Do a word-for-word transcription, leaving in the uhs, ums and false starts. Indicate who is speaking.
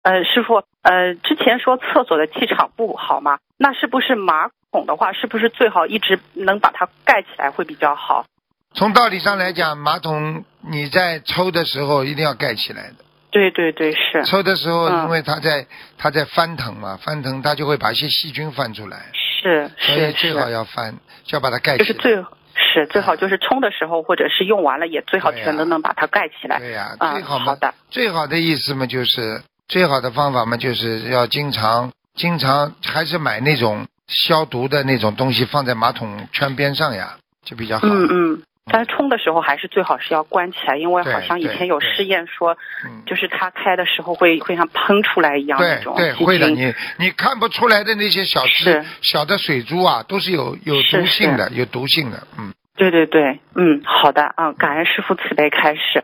Speaker 1: 呃，师傅，呃，之前说厕所的气场不好嘛，那是不是马桶的话，是不是最好一直能把它盖起来会比较好？
Speaker 2: 从道理上来讲，马桶你在抽的时候一定要盖起来的。
Speaker 1: 对对对，是。
Speaker 2: 抽的时候，
Speaker 1: 嗯、
Speaker 2: 因为它在它在翻腾嘛，翻腾它就会把一些细菌翻出来。
Speaker 1: 是是。
Speaker 2: 所以最好要翻，就要把它盖起来。
Speaker 1: 就是最是最好就是冲的时候，或者是用完了也最好全都能把它盖起来。
Speaker 2: 对呀、
Speaker 1: 啊，
Speaker 2: 最好嘛。
Speaker 1: 好的。
Speaker 2: 最好的意思嘛，就是最好的方法嘛，就是要经常经常还是买那种消毒的那种东西放在马桶圈边上呀，就比较好。
Speaker 1: 嗯嗯。但是冲的时候还是最好是要关起来，因为好像以前有试验说，就是它开的时候会会像喷出来一样那种细菌。
Speaker 2: 对对，会的。你你看不出来的那些小只小的水珠啊，都是有有毒性的，有毒性的。嗯。
Speaker 1: 对对对，嗯，好的啊，感恩师父慈悲开示。